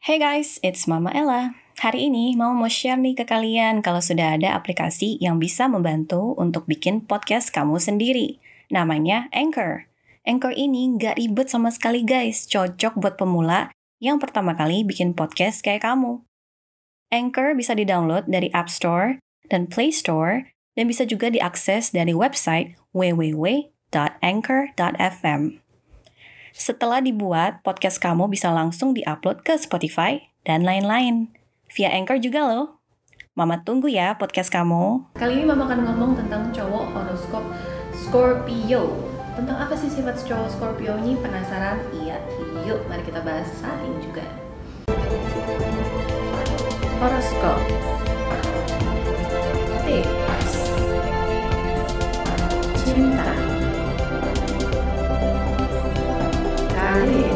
Hey guys, it's Mama Ella. Hari ini mau share nih ke kalian kalau sudah ada aplikasi yang bisa membantu untuk bikin podcast kamu sendiri. Namanya Anchor. Anchor ini nggak ribet sama sekali guys, cocok buat pemula yang pertama kali bikin podcast kayak kamu. Anchor bisa di-download dari App Store dan Play Store dan bisa juga diakses dari website www.anchor.fm. Setelah dibuat, podcast kamu bisa langsung di-upload ke Spotify dan lain-lain. Via Anchor juga loh. Mama tunggu ya podcast kamu. Kali ini Mama akan ngomong tentang cowok horoskop Scorpio. Tentang apa sih sifat cowok Scorpio ini? Penasaran? Iya, yuk mari kita bahas saat ini juga. Horoskop Tips Cinta Karir.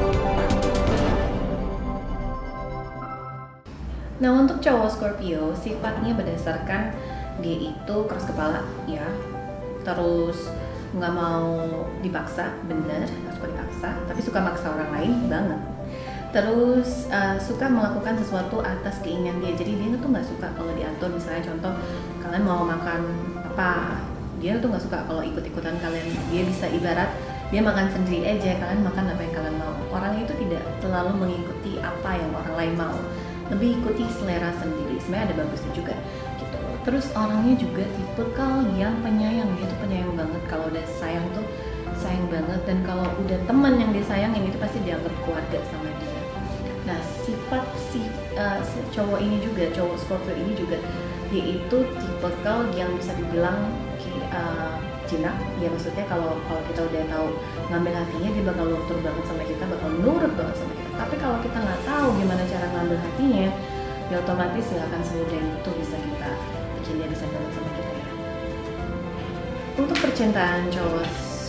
Nah, untuk cowok Scorpio, sifatnya berdasarkan dia itu keras kepala, ya. Terus nggak mau dipaksa, bener, nggak suka dipaksa, tapi suka maksa orang lain banget. Terus suka melakukan sesuatu atas keinginan dia. Jadi dia tuh nggak suka kalau diatur. Misalnya contoh, kalian mau makan apa, dia tuh nggak suka kalau ikut-ikutan kalian. Dia bisa ibarat dia makan sendiri aja, kalian makan apa yang kalian mau. Orang itu tidak terlalu mengikuti apa yang orang lain mau, lebih ikuti selera sendiri. Sebenarnya ada bagusnya juga gitu. Terus orangnya juga tipikal yang penyayang. Dia tuh penyayang banget. Kalau udah sayang tuh sayang banget. Dan kalau udah teman yang disayangin itu pasti dianggap keluarga sama dia. Nah, sifat si cowok ini juga, cowok Scorpio ini juga, dia itu tipikal yang bisa dibilang jinak. Ya maksudnya kalau kita udah tahu ngambil hatinya, dia bakal luntur banget sama kita, bakal nurut banget sama kita. Tapi kalau kita nggak tahu gimana cara ngambil hatinya, ya otomatis nggak akan semudah itu bisa kita bikin dia bisa banget sama kita ya. Untuk percintaan cowok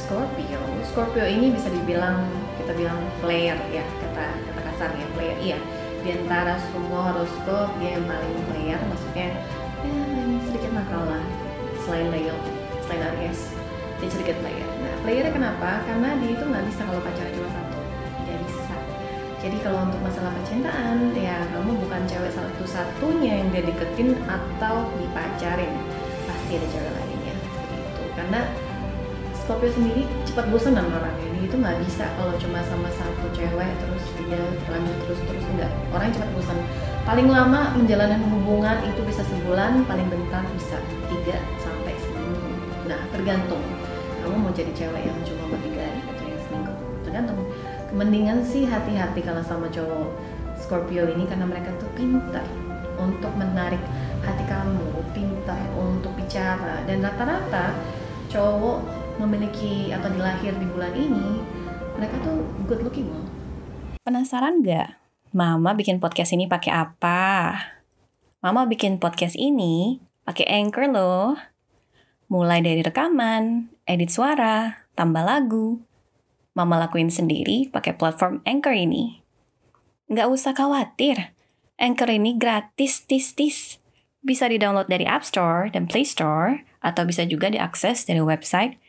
Scorpio ini bisa dibilang, kita bilang player ya, kata kasarnya player. Iya, di antara semua horoskop dia yang paling player, maksudnya ya sedikit nakal lah. Selain Leo, selain Aries, dia sedikit player. Nah, playernya kenapa? Karena dia itu nggak bisa kalau pacaran cuma satu, tidak bisa. Jadi kalau untuk masalah percintaan, ya kamu bukan cewek satu-satunya yang dia deketin atau dipacarin, pasti ada cewek lainnya seperti itu. Karena Scorpio sendiri cepat bosan sama orangnya. Dia itu nggak bisa kalau cuma sama satu cewek terus dia lanjut terus enggak. Orangnya cepat bosan. Paling lama menjalani hubungan itu bisa sebulan, paling bentar bisa 3 sampai seminggu. Nah, tergantung kamu mau jadi cewek yang cuma 3 hari atau yang seminggu, tergantung. Mendingan sih hati-hati kalau sama cowok Scorpio ini, karena mereka tuh pintar untuk menarik hati kamu, pintar untuk bicara. Dan rata-rata cowok memiliki atau dilahir di bulan ini, mereka tuh good looking loh. Penasaran nggak? Mama bikin podcast ini pakai apa? Mama bikin podcast ini pakai Anchor loh. Mulai dari rekaman, edit suara, tambah lagu. Mama lakuin sendiri pakai platform Anchor ini. Nggak usah khawatir, Anchor ini gratis, tis. Bisa di-download dari App Store dan Play Store, atau bisa juga diakses dari website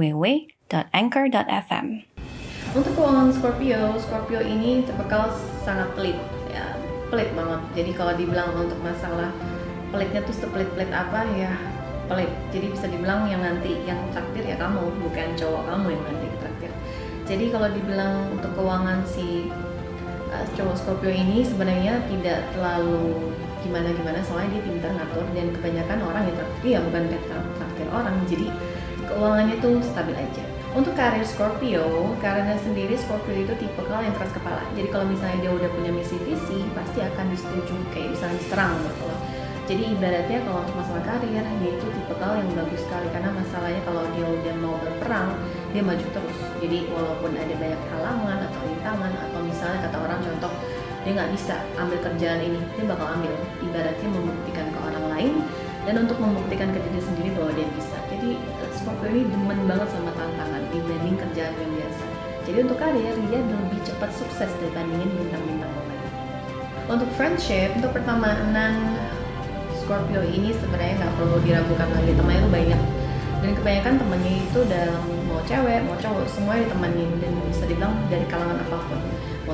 www.anchor.fm. Untuk keuangan Scorpio ini tipikal sangat pelit, ya pelit banget. Jadi kalau dibilang untuk masalah pelitnya tuh sepelit-pelit apa ya, pelit. Jadi bisa dibilang yang nanti yang traktir ya kamu, bukan cowok kamu yang nanti traktir. Jadi kalau dibilang untuk keuangan si cowok Scorpio ini sebenarnya tidak terlalu gimana, soalnya dia pintar ngatur, dan kebanyakan orang yang traktir ya bukan traktir orang, jadi keuangannya tuh stabil aja. Untuk karir Scorpio, karena sendiri Scorpio itu tipikal yang keras kepala. Jadi kalau misalnya dia udah punya misi visi, pasti akan disetujui, kayak misalnya diserang gitu loh. Jadi ibaratnya kalau untuk masalah karir, dia itu tipikal yang bagus sekali, karena masalahnya kalau dia udah mau berperang, dia maju terus. Jadi walaupun ada banyak halangan atau rintangan, atau misalnya kata orang contoh, dia nggak bisa ambil kerjaan ini, dia bakal ambil. Ibaratnya membuktikan ke orang lain, dan untuk membuktikan ke diri sendiri bahwa dia bisa. Jadi Scorpio ini demen banget sama tantangan dibanding kerjaan yang biasa. Jadi untuk karir, dia lebih cepat sukses dibandingin bintang-bintang lain. Untuk friendship, untuk pertemanan Scorpio ini sebenarnya nggak perlu diragukan lagi, temannya itu banyak. Dan kebanyakan temannya itu dalam mau cewek, mau cowok, semuanya ditemenin, dan bisa dibilang dari kalangan apapun. Mau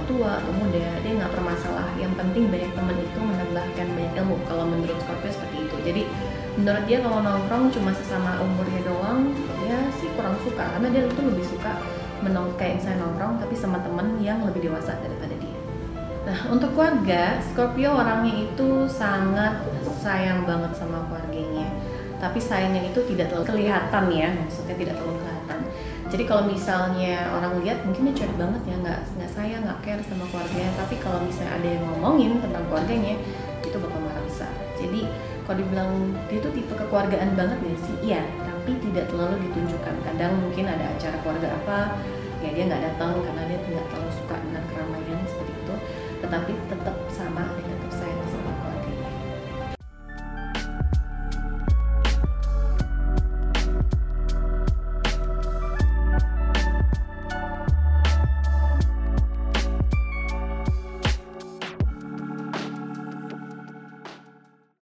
tua atau muda, dia nggak bermasalah. Yang penting banyak teman itu menambahkan banyak ilmu. Kalau menurut Scorpio seperti itu. Jadi menurut dia kalau nongkrong cuma sesama umurnya doang, dia sih kurang suka, karena dia tuh lebih suka kayak misalnya nongkrong tapi sama teman yang lebih dewasa daripada dia. Nah, untuk keluarga, Scorpio orangnya itu sangat sayang banget sama keluarganya. Tapi sayangnya itu tidak terlalu kelihatan ya, maksudnya tidak terlalu kelihatan. Jadi kalau misalnya orang lihat mungkin dia cuek banget ya, nggak sayang, nggak care sama keluarganya. Tapi kalau misalnya ada yang ngomongin tentang keluarganya, itu bakal marah besar. Jadi kalau dibilang dia tuh tipe kekeluargaan banget ya sih, iya, tapi tidak terlalu ditunjukkan. Kadang mungkin ada acara keluarga apa, ya dia nggak datang karena dia tidak terlalu suka dengan keramaian seperti itu. Tetapi tetap sama dengan